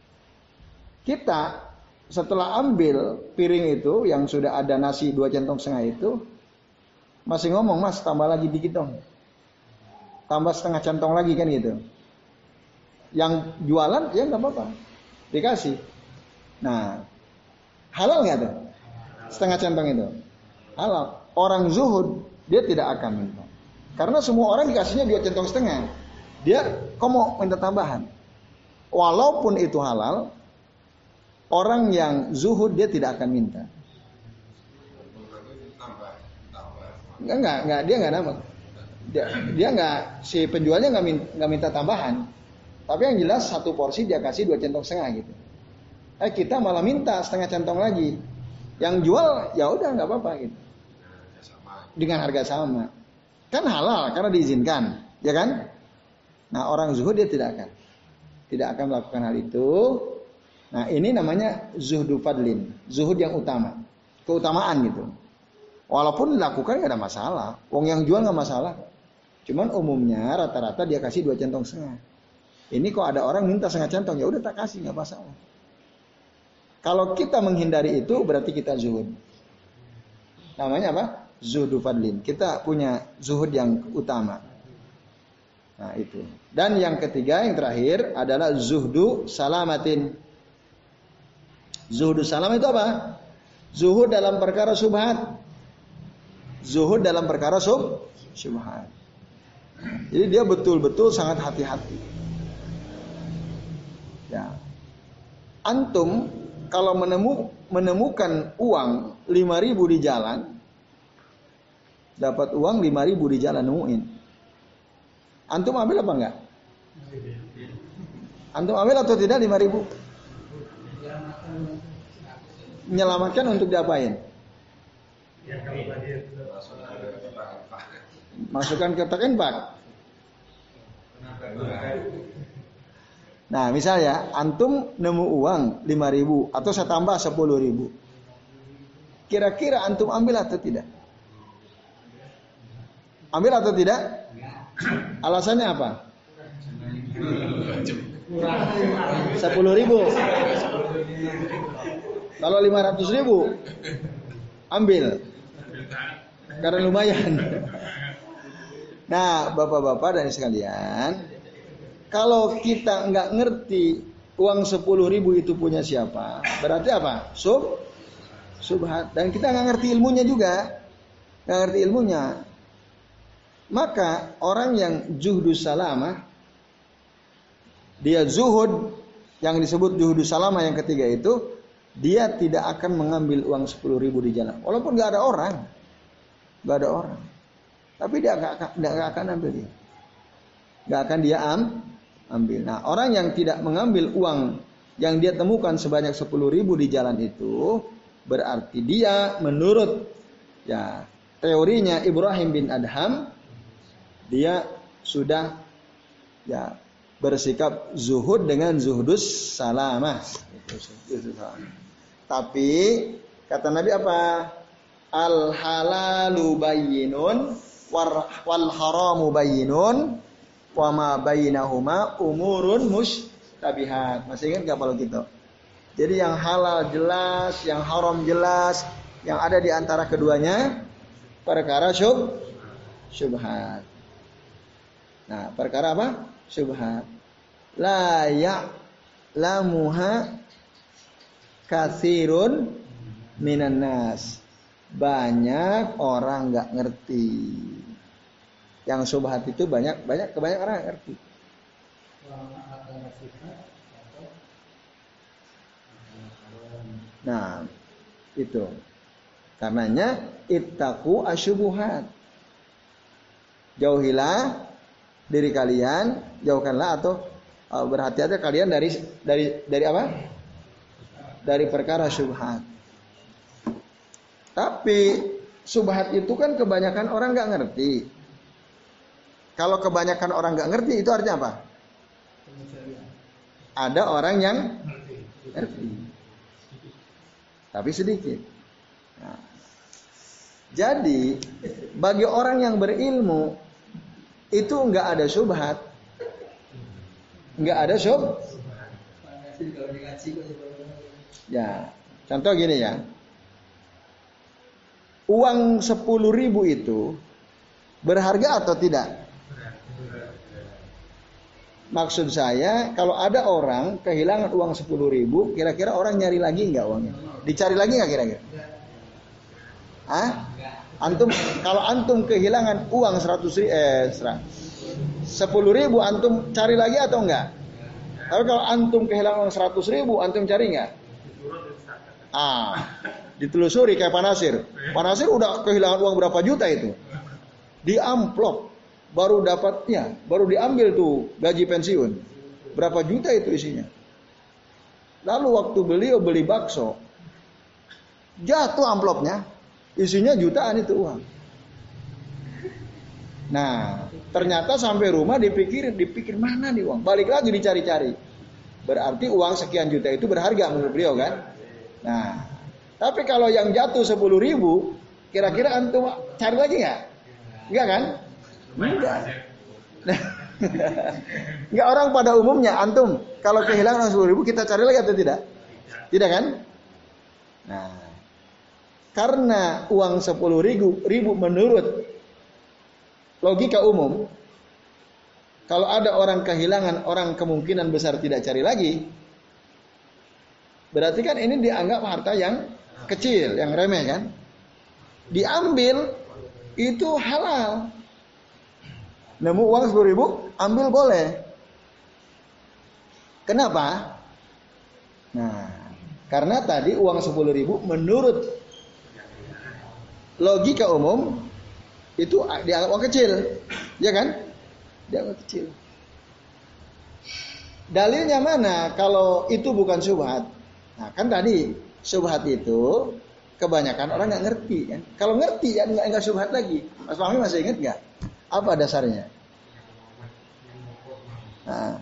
Speaker 1: kita setelah ambil piring itu yang sudah ada nasi dua centong setengah itu, masih ngomong, mas tambah lagi dikit dong, tambah setengah centong lagi kan gitu. Yang jualan ya nggak apa-apa, dikasih. Nah, halal nggak tuh? Setengah centong itu halal. Orang zuhud dia tidak akan minta, karena semua orang dikasihnya dua centong setengah. Dia kok mau minta tambahan? Walaupun itu halal, orang yang zuhud dia tidak akan minta. Enggak, enggak, enggak, dia enggak nambah. Dia, dia enggak, si penjualnya enggak minta, enggak minta tambahan. Tapi yang jelas satu porsi dia kasih dua centong setengah gitu. Eh kita malah minta setengah centong lagi. Yang jual ya udah enggak apa-apa gitu. Dengan harga sama. Kan halal karena diizinkan, ya kan? Nah, orang zuhud dia tidak akan. Tidak akan melakukan hal itu. Nah, ini namanya zuhdu fadlin, zuhud yang utama, keutamaan gitu. Walaupun dilakukan nggak ada masalah, wong yang jual nggak masalah. Cuman umumnya rata-rata dia kasih dua centong setengah. Ini kok ada orang minta setengah centong, ya udah tak kasih nggak masalah. Kalau kita menghindari itu berarti kita zuhud. Namanya apa? Zuhdu fadlin. Kita punya zuhud yang utama. Nah itu. Dan yang ketiga, yang terakhir adalah zuhdu salamatin. Zuhdu salam itu apa? Zuhud dalam perkara subhat. Zuhud dalam perkara sub, subhat. Jadi dia betul-betul sangat hati-hati. Ya. Antum kalau menemu, menemukan uang lima ribu di jalan, dapat uang lima ribu di jalan nemuin. Antum ambil apa enggak? Antum ambil atau tidak lima ribu? Menyelamatkan untuk diapain? Masukkan ke kotak infak. Nah misalnya antum nemu uang lima ribu atau saya tambah sepuluh ribu. Kira-kira antum ambil atau tidak? Ambil atau tidak? Alasannya apa? Sepuluh ribu. Kalau lima ratus ribu, ambil. Karena lumayan. Nah, bapak-bapak dan sekalian, kalau kita nggak ngerti uang sepuluh ribu itu punya siapa, berarti apa? Sub, subhat. Dan kita nggak ngerti ilmunya juga, nggak ngerti ilmunya. Maka orang yang zuhdu salamah, dia zuhud, yang disebut zuhdu salamah yang ketiga itu, dia tidak akan mengambil uang sepuluh ribu di jalan. Walaupun gak ada orang. Gak ada orang. Tapi dia gak, gak, gak akan ambil dia. Gak akan dia am, ambil. Nah orang yang tidak mengambil uang yang dia temukan sebanyak sepuluh ribu di jalan itu, berarti dia menurut ya teorinya Ibrahim bin Adham, dia sudah ya bersikap zuhud dengan zuhdus salamah. Tapi kata Nabi apa? al halalu bayyinun wal haramu bayyinun wa ma bainahuma umurun mustabihat. Masih ingat enggak kalau gitu? Jadi yang halal jelas, yang haram jelas, yang ada di antara keduanya perkara syub syubhat. Nah, perkara apa? Syubhat. La ya'lamuha katsirun minan nas. Banyak orang nggak ngerti. Yang syubhat itu banyak banyak kebanyakan orang nggak ngerti. Nah, itu. Karenanya ittaqu asyubuhat. Jauhilah diri kalian, jauhkanlah atau uh, berhati-hati kalian dari dari dari apa? Dari perkara syubhat. Tapi syubhat itu kan kebanyakan orang nggak ngerti. Kalau kebanyakan orang nggak ngerti itu artinya apa? Ada orang yang ngerti, tapi sedikit. Nah, jadi bagi orang yang berilmu itu nggak ada syubhat, nggak ada syub. Ya, contoh gini ya, uang sepuluh ribu itu berharga atau tidak? Maksud saya, kalau ada orang kehilangan uang sepuluh ribu, kira-kira orang nyari lagi nggak uangnya? Dicari lagi nggak kira-kira? Hah? Antum, kalau antum kehilangan uang seratus ribu, eh, sepuluh ribu, antum cari lagi atau enggak? Tapi kalau antum kehilangan uang seratus ribu, antum cari nggak? Ah, ditelusuri kayak Pak Nasir. Pak Nasir udah kehilangan uang berapa juta itu? Di amplop. Baru dapatnya, baru diambil tuh gaji pensiun. Berapa juta itu isinya? Lalu waktu beliau beli bakso, jatuh amplopnya, isinya jutaan itu uang. Nah, ternyata sampai rumah dipikir, dipikir mana nih uang? Balik lagi dicari-cari. Berarti uang sekian juta itu berharga menurut beliau kan? Nah, tapi kalau yang jatuh sepuluh ribu, kira-kira antum cari lagi nggak? Enggak kan? Enggak. Enggak, orang pada umumnya antum kalau kehilangan sepuluh ribu kita cari lagi atau tidak? Tidak kan? Nah, karena uang sepuluh ribu, ribu menurut logika umum, kalau ada orang kehilangan, orang kemungkinan besar tidak cari lagi. Berarti kan ini dianggap harta yang kecil, yang remeh kan? Diambil itu halal. Nemu uang sepuluh ribu, ambil boleh. Kenapa? Nah, karena tadi uang sepuluh ribu menurut logika umum itu dianggap uang kecil, ya kan? Dianggap kecil. Dalilnya mana kalau itu bukan syubhat? Nah, kan tadi syubhat itu kebanyakan orang nggak ngerti kan? Kalau ngerti ya nggak nggak syubhat lagi. Mas Fahmi masih ingat nggak? Apa dasarnya? Nah.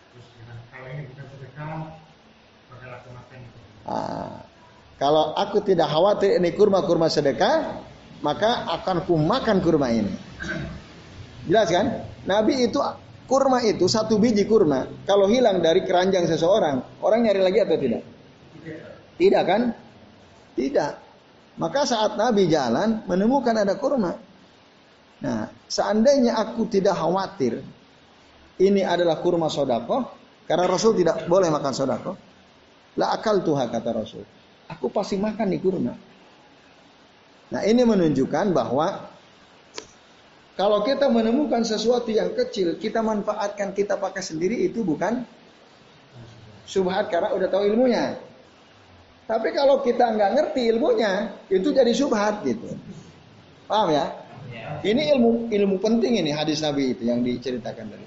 Speaker 1: Nah, kalau aku tidak khawatir ini kurma-kurma sedekah, maka akan ku makan kurma ini. Jelas kan? Nabi itu kurma itu satu biji kurma, kalau hilang dari keranjang seseorang, orang nyari lagi atau tidak? Tidak kan? Tidak. Maka saat Nabi jalan menemukan ada kurma. Nah, seandainya aku tidak khawatir ini adalah kurma sodakoh, karena Rasul tidak boleh makan sodakoh, la akal tuha kata Rasul, aku pasti makan nih kurma. Nah, ini menunjukkan bahwa kalau kita menemukan sesuatu yang kecil, kita manfaatkan, kita pakai sendiri, itu bukan syubhat karena udah tahu ilmunya. Tapi kalau kita nggak ngerti ilmunya, itu jadi syubhat gitu. Paham ya? Ini ilmu ilmu penting ini hadis Nabi itu yang diceritakan tadi.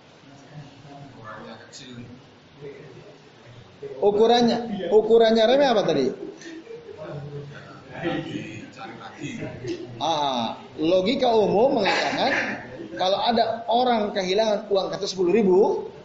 Speaker 1: Ukurannya, ukurannya remeh apa tadi? Ah, logika umum mengatakan kalau ada orang kehilangan uang kata sepuluh ribu,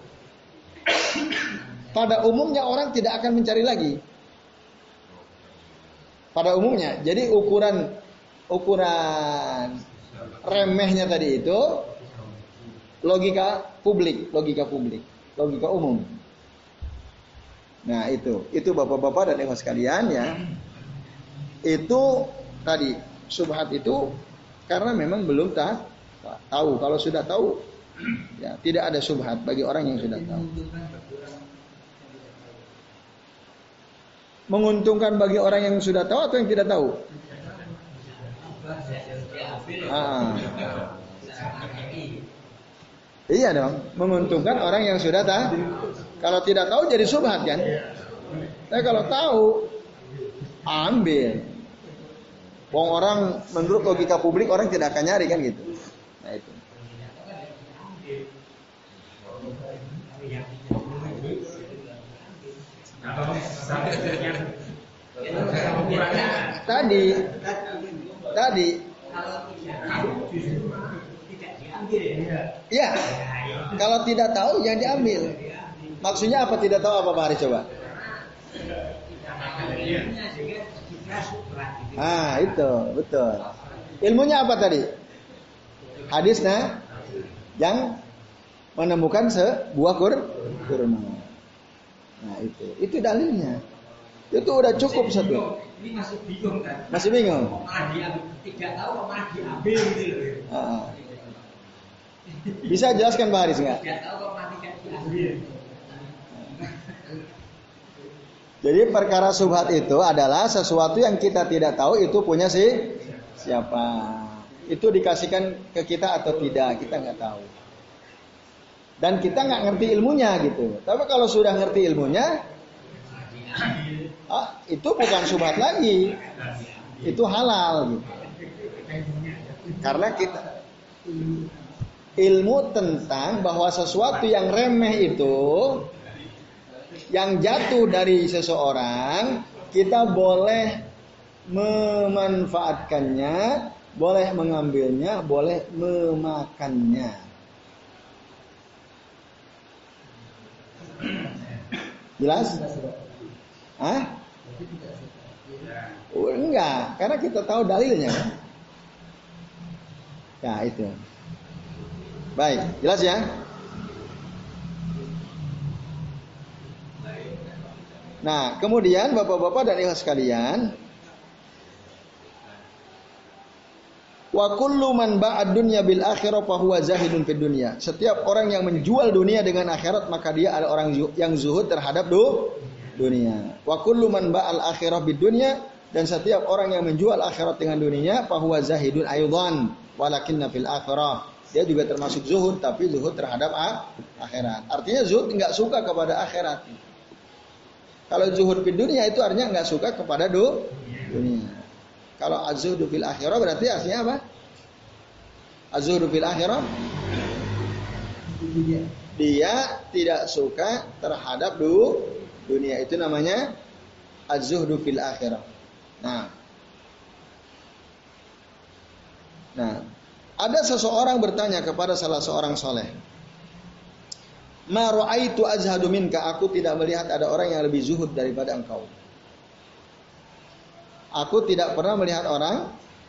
Speaker 1: pada umumnya orang tidak akan mencari lagi. Pada umumnya, jadi ukuran ukuran remehnya tadi itu logika publik, logika publik, logika umum. Nah itu, itu bapak-bapak dan ibu sekalian ya. Itu tadi subhat itu karena memang belum tak tahu. Kalau sudah tahu, ya tidak ada subhat bagi orang yang sudah tahu. Menguntungkan bagi orang yang sudah tahu atau yang tidak tahu? Ah. Iya dong, menguntungkan orang yang sudah tahu. Kalau tidak tahu jadi subhat kan? Tapi kalau tahu, ambil. Wong orang menurut logika publik orang tidak akan nyari kan gitu. Nah itu. Tadi, tadi. Ya, kalau tidak tahu jangan diambil. Maksudnya apa tidak tahu apa Pak Haris coba? Ah itu betul. Ilmunya apa tadi? Hadisnya yang menemukan sebuah kur kurma. Nah itu, itu dalilnya. Itu udah cukup satu.
Speaker 2: Ini masih bingung kan?
Speaker 1: Masih bingung.
Speaker 2: Malah diambil, tidak tahu malah diambil gitu loh.
Speaker 1: Ah. Bisa jelaskan Pak Haris nggak?
Speaker 2: Tidak tahu malah tidak diambil.
Speaker 1: Jadi perkara subhat itu adalah sesuatu yang kita tidak tahu itu punya si siapa. Itu dikasihkan ke kita atau tidak, kita nggak tahu. Dan kita nggak ngerti ilmunya gitu. Tapi kalau sudah ngerti ilmunya, ah, itu bukan subhat lagi, itu halal gitu. Karena kita ilmu tentang bahwa sesuatu yang remeh itu, yang jatuh dari seseorang, kita boleh memanfaatkannya, boleh mengambilnya, boleh memakannya. Jelas? Hah? Oh, enggak, karena kita tahu dalilnya. Ya itu. Baik, jelas ya? Nah, kemudian bapak-bapak dan ibu sekalian, wa kullu man ba'ad dunya bil akhirah fa huwa zahidun fid dunya. Setiap orang yang menjual dunia dengan akhirat maka dia ada orang yang zuhud terhadap du, dunia. Wa kullu man ba'al akhirah bid dunya, dan setiap orang yang menjual akhirat dengan dunia fa huwa zahidun aidan walakinna fil akhirah. Dia juga termasuk zuhud tapi zuhud terhadap akhirat. Artinya zuhud enggak suka kepada akhirat. Kalau zuhud fil dunia itu artinya enggak suka kepada du, dunia. Kalau az-zuhdu fil akhirah berarti artinya apa? Az-zuhdu fil akhirah dia tidak suka terhadap du, dunia. Itu namanya az-zuhdu fil akhirah. Nah. Nah, ada seseorang bertanya kepada salah seorang soleh. Ma ra'aitu azhadu minka, aku tidak melihat ada orang yang lebih zuhud daripada engkau. Aku tidak pernah melihat orang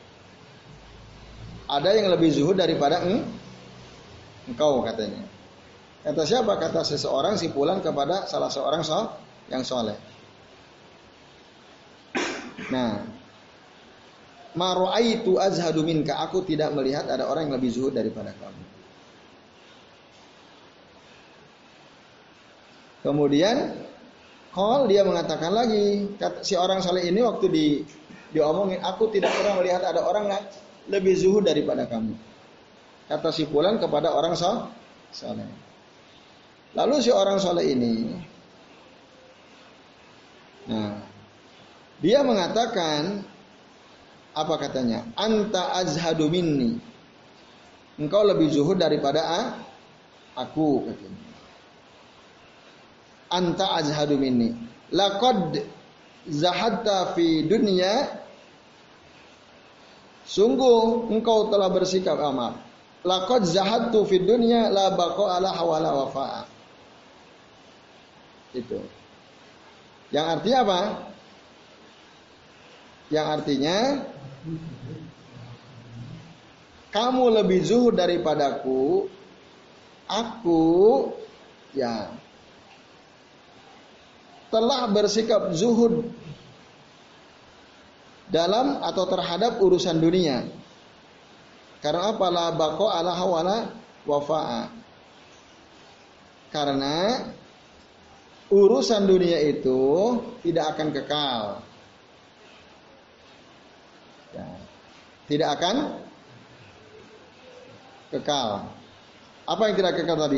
Speaker 1: ada yang lebih zuhud daripada engkau, katanya. Kata siapa? Kata seseorang simpulan kepada salah seorang so, yang soleh. Nah, ma ra'aitu azhadu minka, aku tidak melihat ada orang yang lebih zuhud daripada kamu. Kemudian Kol dia mengatakan lagi, kata, si orang soleh ini waktu di diomongin, aku tidak pernah melihat ada orang yang lebih zuhud daripada kamu. Kata si fulan kepada orang so, soleh. Lalu si orang soleh ini, nah, dia mengatakan, apa katanya? Anta azhadu minni, engkau lebih zuhud daripada aku, katanya. Anta azhadu minni laqad zahadta fi dunya, sungguh engkau telah bersikap amat. Laqad zahadtu fi dunya la baqa ala hawala wafa'a. Itu yang artinya apa? Yang artinya kamu lebih zuhud daripadaku, aku ya telah bersikap zuhud dalam atau terhadap urusan dunia. Karena apa? La baqa ala hawala wafa'a. Karena urusan dunia itu tidak akan kekal. Ya. Tidak akan kekal. Apa yang tidak kekal tadi?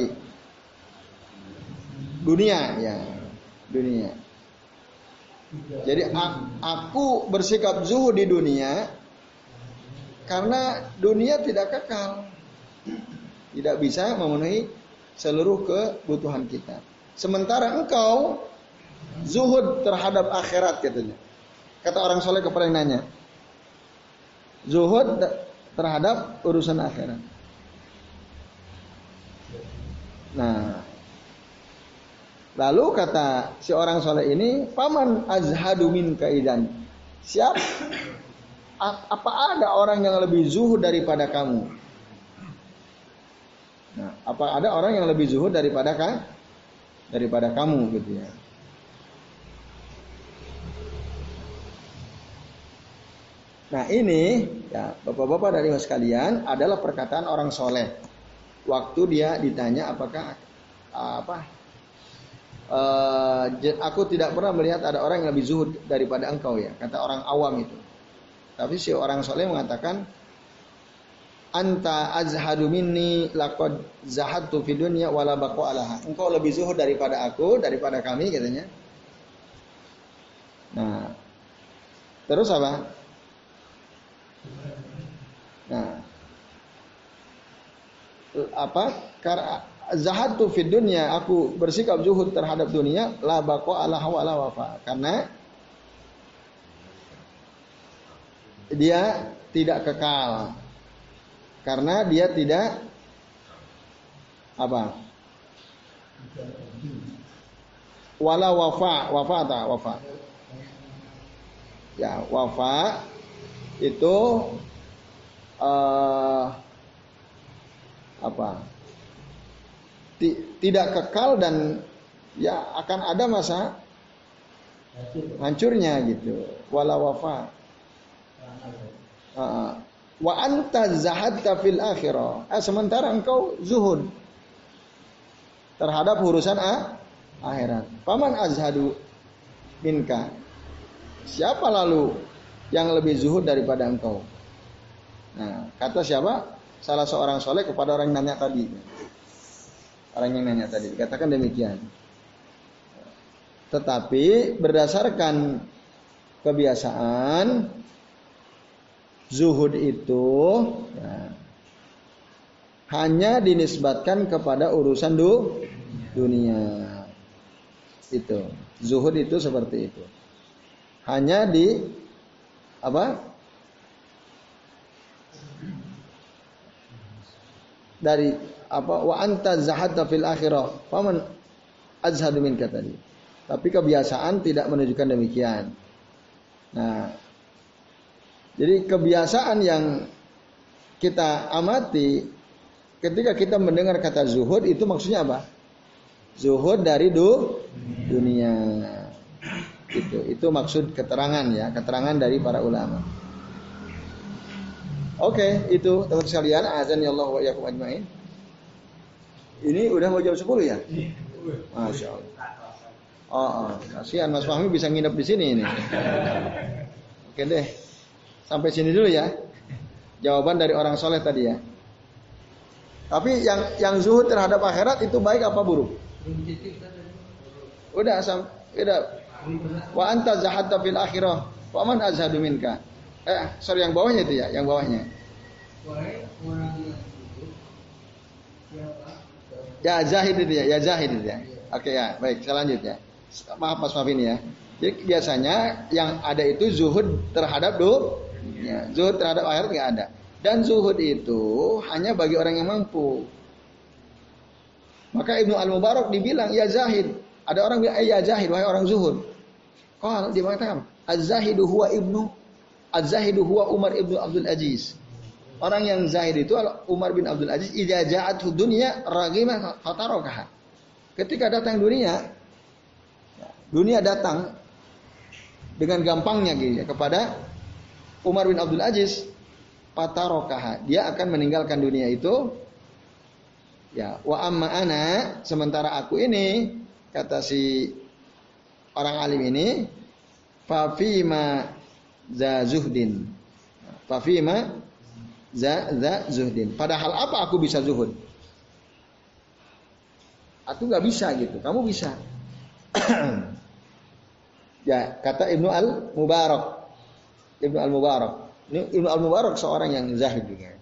Speaker 1: Dunia, ya, dunia. Jadi aku bersikap zuhud di dunia karena dunia tidak kekal, tidak bisa memenuhi seluruh kebutuhan kita. Sementara engkau zuhud terhadap akhirat katanya. Kata orang soleh kepada yang nanya, zuhud terhadap urusan akhirat. Nah, lalu kata si orang soleh ini, paman azhadu minka idan. Siap? Apa ada orang yang lebih zuhud daripada kamu? Nah, apa ada orang yang lebih zuhud daripada kan? Daripada kamu gitu ya. Nah ini ya bapak-bapak dan ibu sekalian adalah perkataan orang soleh. Waktu dia ditanya apakah apa? Uh, aku tidak pernah melihat ada orang yang lebih zuhud daripada engkau ya, kata orang awam itu. Tapi si orang soleh mengatakan, anta azhadu minni laqad zahadtu fi dunya wala baqu alaha. Engkau lebih zuhud daripada aku, daripada kami katanya. Nah, terus apa? Nah, apa? Karena zahadtu fid dunya, aku bersikap zuhud terhadap dunia, la baqa ala wala wafa. Karena dia tidak kekal. Karena dia tidak apa? Wala wafa, wafa ta wafa. Ya, wafa itu uh, apa? Tidak kekal dan ya akan ada masa hancurnya gitu. Wala wafa. Uh, wa anta zahadta fil akhirah. Eh, sementara engkau zuhud terhadap urusan ah, akhirat. Paman azhadu minka. Siapa lalu yang lebih zuhud daripada engkau? Nah, kata siapa? Salah seorang soleh kepada orang yang nanya tadi. Orang yang nanya tadi dikatakan demikian. Tetapi berdasarkan kebiasaan, zuhud itu ya, hanya dinisbatkan kepada urusan du, dunia. Itu zuhud itu seperti itu. Hanya di apa? Dari apa? Wa anta zahadta fil akhirah. Faman azhadu minka tadi. Tapi kebiasaan tidak menunjukkan demikian. Nah, jadi kebiasaan yang kita amati ketika kita mendengar kata zuhud itu maksudnya apa? Zuhud dari du, dunia. Itu itu maksud keterangan ya, keterangan dari para ulama. Oke, itu teman-teman sekalian, azan ya Allah wa iyyakum ajmain. Ini udah mau jam sepuluh ya? Masya Allah. Oh, oh, kasihan Mas Fahmi bisa nginep di sini ini. Oke deh. Sampai sini dulu ya. Jawaban dari orang soleh tadi ya. Tapi yang yang zuhud terhadap akhirat itu baik apa buruk? Udah sam, udah. Wa anta zahadta fil akhirah, wa man azhadu minka. Eh, sorry yang bawahnya itu ya, yang bawahnya. Ya zahid itu ya, ya zahid itu ya. Oke ya, baik, saya lanjut ya. Maaf Mas Mafin ya. Jadi biasanya yang ada itu zuhud terhadap dunia, zuhud terhadap akhirat nggak ada. Dan zuhud itu hanya bagi orang yang mampu. Maka Ibnu Al-Mubarak dibilang ya zahid. Ada orang bilang eh, ya zahid, wahai orang zuhud. Kalau dia mengatakan az-zahidu huwa ibnu az-zahidu huwa Umar ibnu Abdul Aziz. Orang yang zahid itu Umar bin Abdul Aziz, idza ja'athu dunya raghima fatarakaha. Ketika datang dunia, dunia datang dengan gampangnya gitu ya, kepada Umar bin Abdul Aziz, fatarakaha. Dia akan meninggalkan dunia itu. Ya, wa amma ana, sementara aku ini, kata si orang alim ini, fa fima za zuhdin. Fa fima za za zuhdin. Padahal apa aku bisa zuhud? Aku nggak bisa gitu. Kamu bisa. Ya, kata Ibnu Al Mubarak. Ibnu Al Mubarak. Ini Ibnu Al Mubarak seorang yang zahid juga.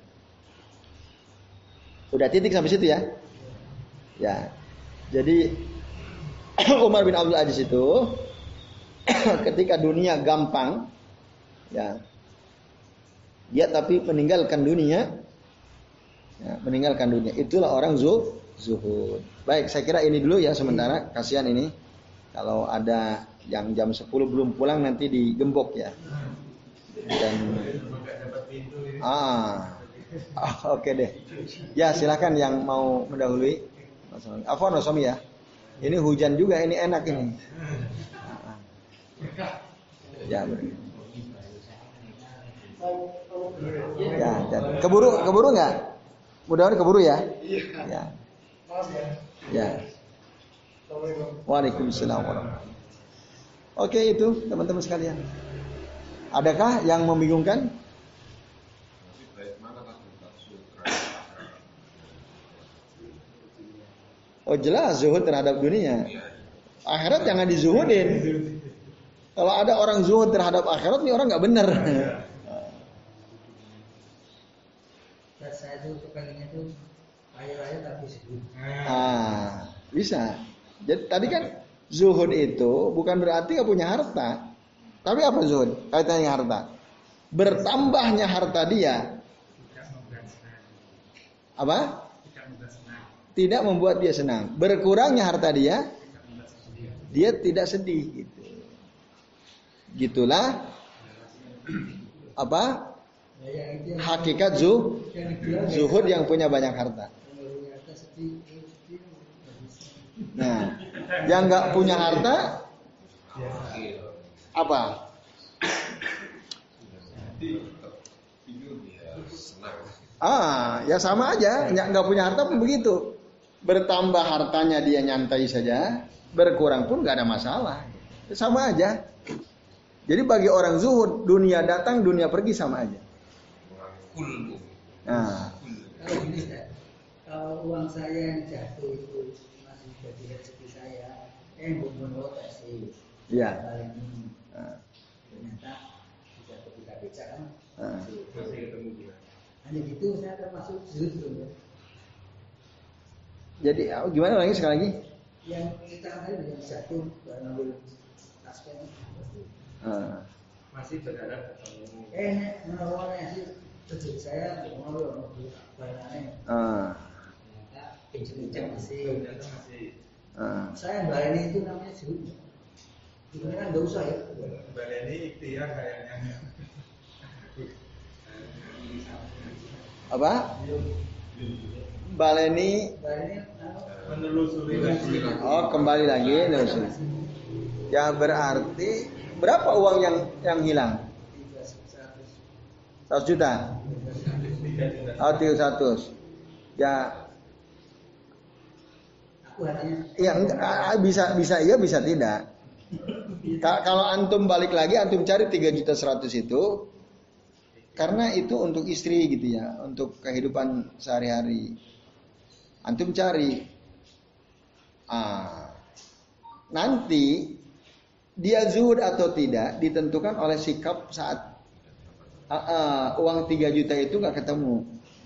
Speaker 1: Udah titik sampai situ ya. Ya. Jadi Umar bin Abdul Aziz itu ketika dunia gampang, ya, dia tapi meninggalkan dunia, ya, meninggalkan dunia. Itulah orang zuh, zuhud. Baik, saya kira ini dulu ya sementara. Kasihan ini kalau ada yang jam sepuluh belum pulang nanti digembok ya. Dan ah, oh, oke okay deh. Ya silakan yang mau mendahului. Afwan Somi ya. Ini hujan juga, ini enak ini. Ya, ya, dan keburu, keburu nggak? Mudah-mudahan keburu ya. Ya. Ya. Waalaikumsalam warahmatullahi wabarakatuh. Oke itu teman-teman sekalian. Adakah yang membingungkan? Oh jelas zuhud terhadap dunia. Akhirat jangan dizuhudin. Kalau ada orang zuhud terhadap akhirat, ini orang nggak benar.
Speaker 4: Saya tuh pengennya tuh raya-raya tapi zuhud.
Speaker 1: Ah, bisa. Jadi tadi kan zuhud itu bukan berarti nggak punya harta. Tapi apa zuhud? Kaitannya harta. Bertambahnya harta dia. Apa? Tidak membuat dia senang. Berkurangnya harta dia, dia tidak sedih. Gitu. Gitulah apa? Hakikat zuh, zuhud yang punya banyak harta. Nah, yang nggak punya harta apa? Ah, ya sama aja. Nggak punya harta pun begitu. Bertambah hartanya dia nyantai saja, berkurang pun nggak ada masalah. Sama aja. Jadi bagi orang zuhud, dunia datang, dunia pergi sama aja. Nah,
Speaker 4: kalau gini, kalau uang saya yang jatuh itu masih jadi rezeki saya, eh bukan kasih.
Speaker 1: iya.
Speaker 4: Nah, ternyata bisa berbeda-beda kan?
Speaker 1: Nah.
Speaker 4: Hanya gitu saya termasuk zuhud.
Speaker 1: Jadi gimana lagi sekali lagi?
Speaker 4: Yang kita tadi yang jatuh mengambil taspen.
Speaker 1: Nah.
Speaker 2: Masih berharap ketemu.
Speaker 4: Eh, menolongnya sih rezeki saya mau mobil bayarannya.
Speaker 1: Ah.
Speaker 4: Ternyata pinjam-pinjam masih.
Speaker 2: Ternyata masih.
Speaker 1: Ah.
Speaker 4: Saya bayarnya itu namanya zuhud. Sebenarnya kan nggak usah ya.
Speaker 2: Baleni ikhtiar kayaknya.
Speaker 1: Apa? Baleni.
Speaker 4: Bayarnya
Speaker 2: Menelusuri lagi.
Speaker 1: Oh, kembali lagi telusuri. Ya berarti berapa uang yang yang hilang? seratus juta. Oh, tiga ratus. Ya.
Speaker 4: aku hatinya.
Speaker 1: Ya enggak, bisa bisa iya bisa tidak. Kalau antum balik lagi, antum cari tiga juta seratus itu karena itu untuk istri gitu ya, untuk kehidupan sehari-hari. Antum cari. Ah, nanti dia zuhud atau tidak ditentukan oleh sikap saat ah, ah, uang tiga juta itu nggak ketemu.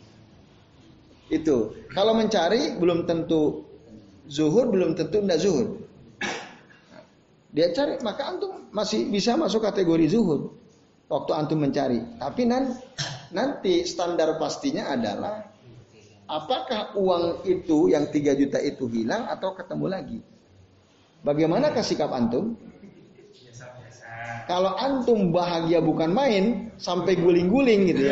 Speaker 1: Itu kalau mencari belum tentu zuhud, belum tentu tidak zuhud. Dia cari, maka antum masih bisa masuk kategori zuhud waktu antum mencari. Tapi nan, nanti standar pastinya adalah apakah uang itu yang tiga juta itu hilang atau ketemu lagi? Bagaimana sikap antum?
Speaker 3: Biasa-biasa.
Speaker 1: Kalau antum bahagia bukan main, sampai guling-guling gitu ya.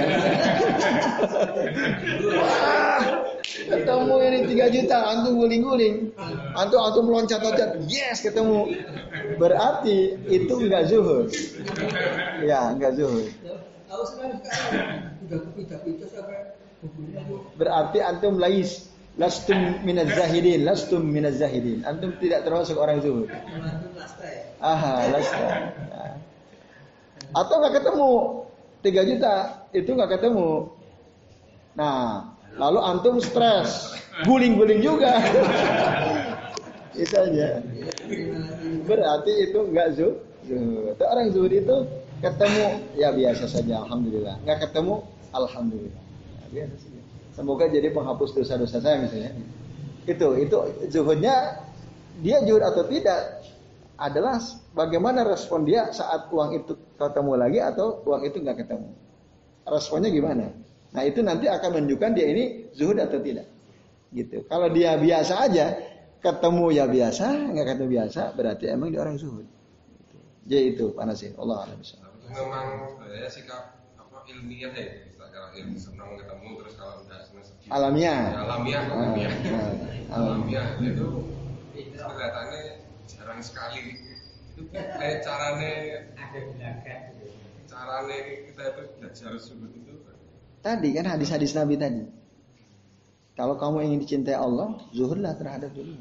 Speaker 1: Wah, ketemu ini tiga juta, antum guling-guling. Antum antum loncat-loncat, yes ketemu. Berarti itu enggak zuhud. Ya, enggak zuhud.
Speaker 4: Tahu sekarang udah pindah-pindah sampai bukunya.
Speaker 1: Berarti antum lais lastum minaz zahidin, lastum minaz zahidin. Antum tidak termasuk orang zuhud.
Speaker 4: Antum lasta ya.
Speaker 1: Aha, lasta. Nah. Atau nggak ketemu tiga juta itu nggak ketemu. Nah, lalu antum stres, guling-guling juga. Itu aja. Berarti itu nggak zuhud. Itu orang zuhud itu ketemu ya biasa saja, alhamdulillah. Nggak ketemu, alhamdulillah. Nah, biasa saja. Semoga jadi penghapus dosa-dosa saya misalnya. Itu itu zuhudnya dia zuhud atau tidak adalah bagaimana respon dia saat uang itu ketemu lagi atau uang itu nggak ketemu. Responnya gimana? Nah itu nanti akan menunjukkan dia ini zuhud atau tidak. Gitu. Kalau dia biasa aja, ketemu ya biasa, nggak ketemu biasa, berarti emang dia orang zuhud. Gitu. Jadi itu panasin. Allah a'lam bishawab.
Speaker 5: Itu memang sebenarnya sikap apa ilmiah ya. Kalau ilmu senang ketemu terus kalau udah semester
Speaker 1: alamiah.
Speaker 5: Ya, alamiah,
Speaker 1: Ah,
Speaker 5: alamiah.
Speaker 1: ah,
Speaker 5: Alamiah itu kelihatannya jarang sekali. Itu kayak carane
Speaker 4: Ada belakang.
Speaker 5: carane kita itu belajar zuhud itu.
Speaker 1: Tadi kan hadis-hadis Nabi tadi. Kalau kamu ingin dicintai Allah, zuhudlah terhadap dunia.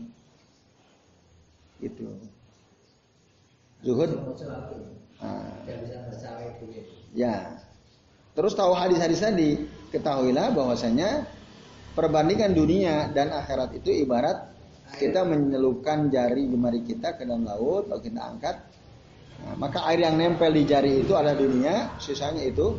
Speaker 1: Itu. Zuhud. Ah. Ya. Terus tahu hadis-hadis tadi, ketahuilah bahwasanya perbandingan dunia dan akhirat itu ibarat kita menyelupkan jari jemari kita ke dalam laut, lalu kita angkat. Nah, maka air yang nempel di jari itu adalah dunia, sisanya itu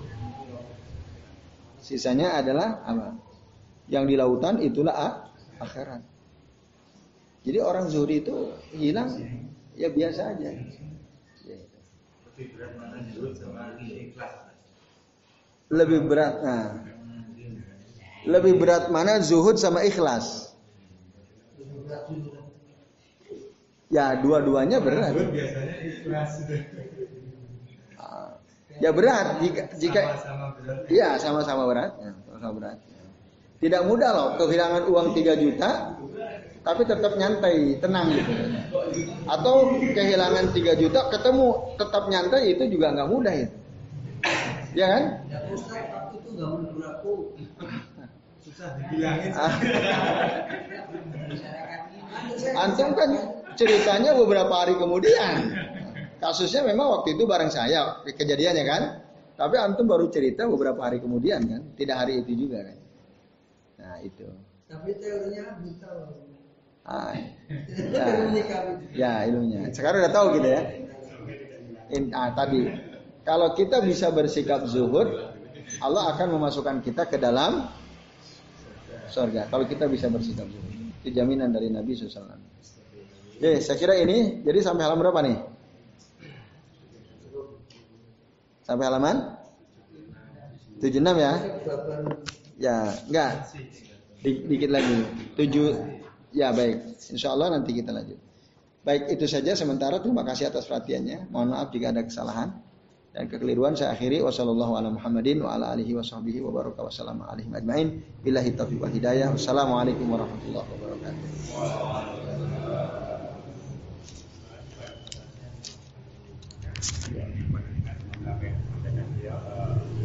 Speaker 1: sisanya adalah apa? Yang di lautan itulah akhirat. Jadi orang zuhud itu hilang ya biasa aja.
Speaker 2: Lebih berat mana zuhud sama ikhlas?
Speaker 1: Lebih berat, nah. Lebih berat mana zuhud sama ikhlas? Ya dua-duanya berat.
Speaker 2: Biasanya ikhlas.
Speaker 1: Ya berat jika jika
Speaker 2: Sama-sama berat.
Speaker 1: iya sama-sama berat, ya, sama-sama berat. Tidak mudah loh kehilangan uang tiga juta tapi tetap nyantai, tenang gitu. Atau kehilangan tiga juta ketemu tetap nyantai itu juga nggak mudah itu. Ya kan?
Speaker 4: Ya Ustaz, waktu itu nggak menurut aku.
Speaker 2: Susah dibilangin.
Speaker 1: Antum kan ceritanya beberapa hari kemudian. Kasusnya memang waktu itu bareng saya kejadiannya kan. Tapi antum baru cerita beberapa hari kemudian kan. Tidak hari itu juga kan. Nah itu.
Speaker 4: Tapi teorinya bisa.
Speaker 1: Ah, ya, ya ilmunya. Sekarang udah tahu gitu ya. In, ah, tadi. Kalau kita bisa bersikap zuhud, Allah akan memasukkan kita ke dalam surga. Kalau kita bisa bersikap zuhud. Itu jaminan dari Nabi shallallahu alaihi wasallam. Oke, saya kira ini. Jadi sampai halaman berapa nih? Sampai halaman tujuh puluh enam ya? Ya, enggak. Dikit lagi. tujuh. Ya, baik. Insya Allah nanti kita lanjut. Baik, itu saja sementara. Terima kasih atas perhatiannya. Mohon maaf jika ada kesalahan dan kekeliruan. Saya akhiri. Wassallallahu ala Muhammadin wa ala alihi wa sahbihi wa baraka wa salam alaihim ajma'in. Billahi taufiq wal hidayah. Wassalamualaikum warahmatullahi wabarakatuh.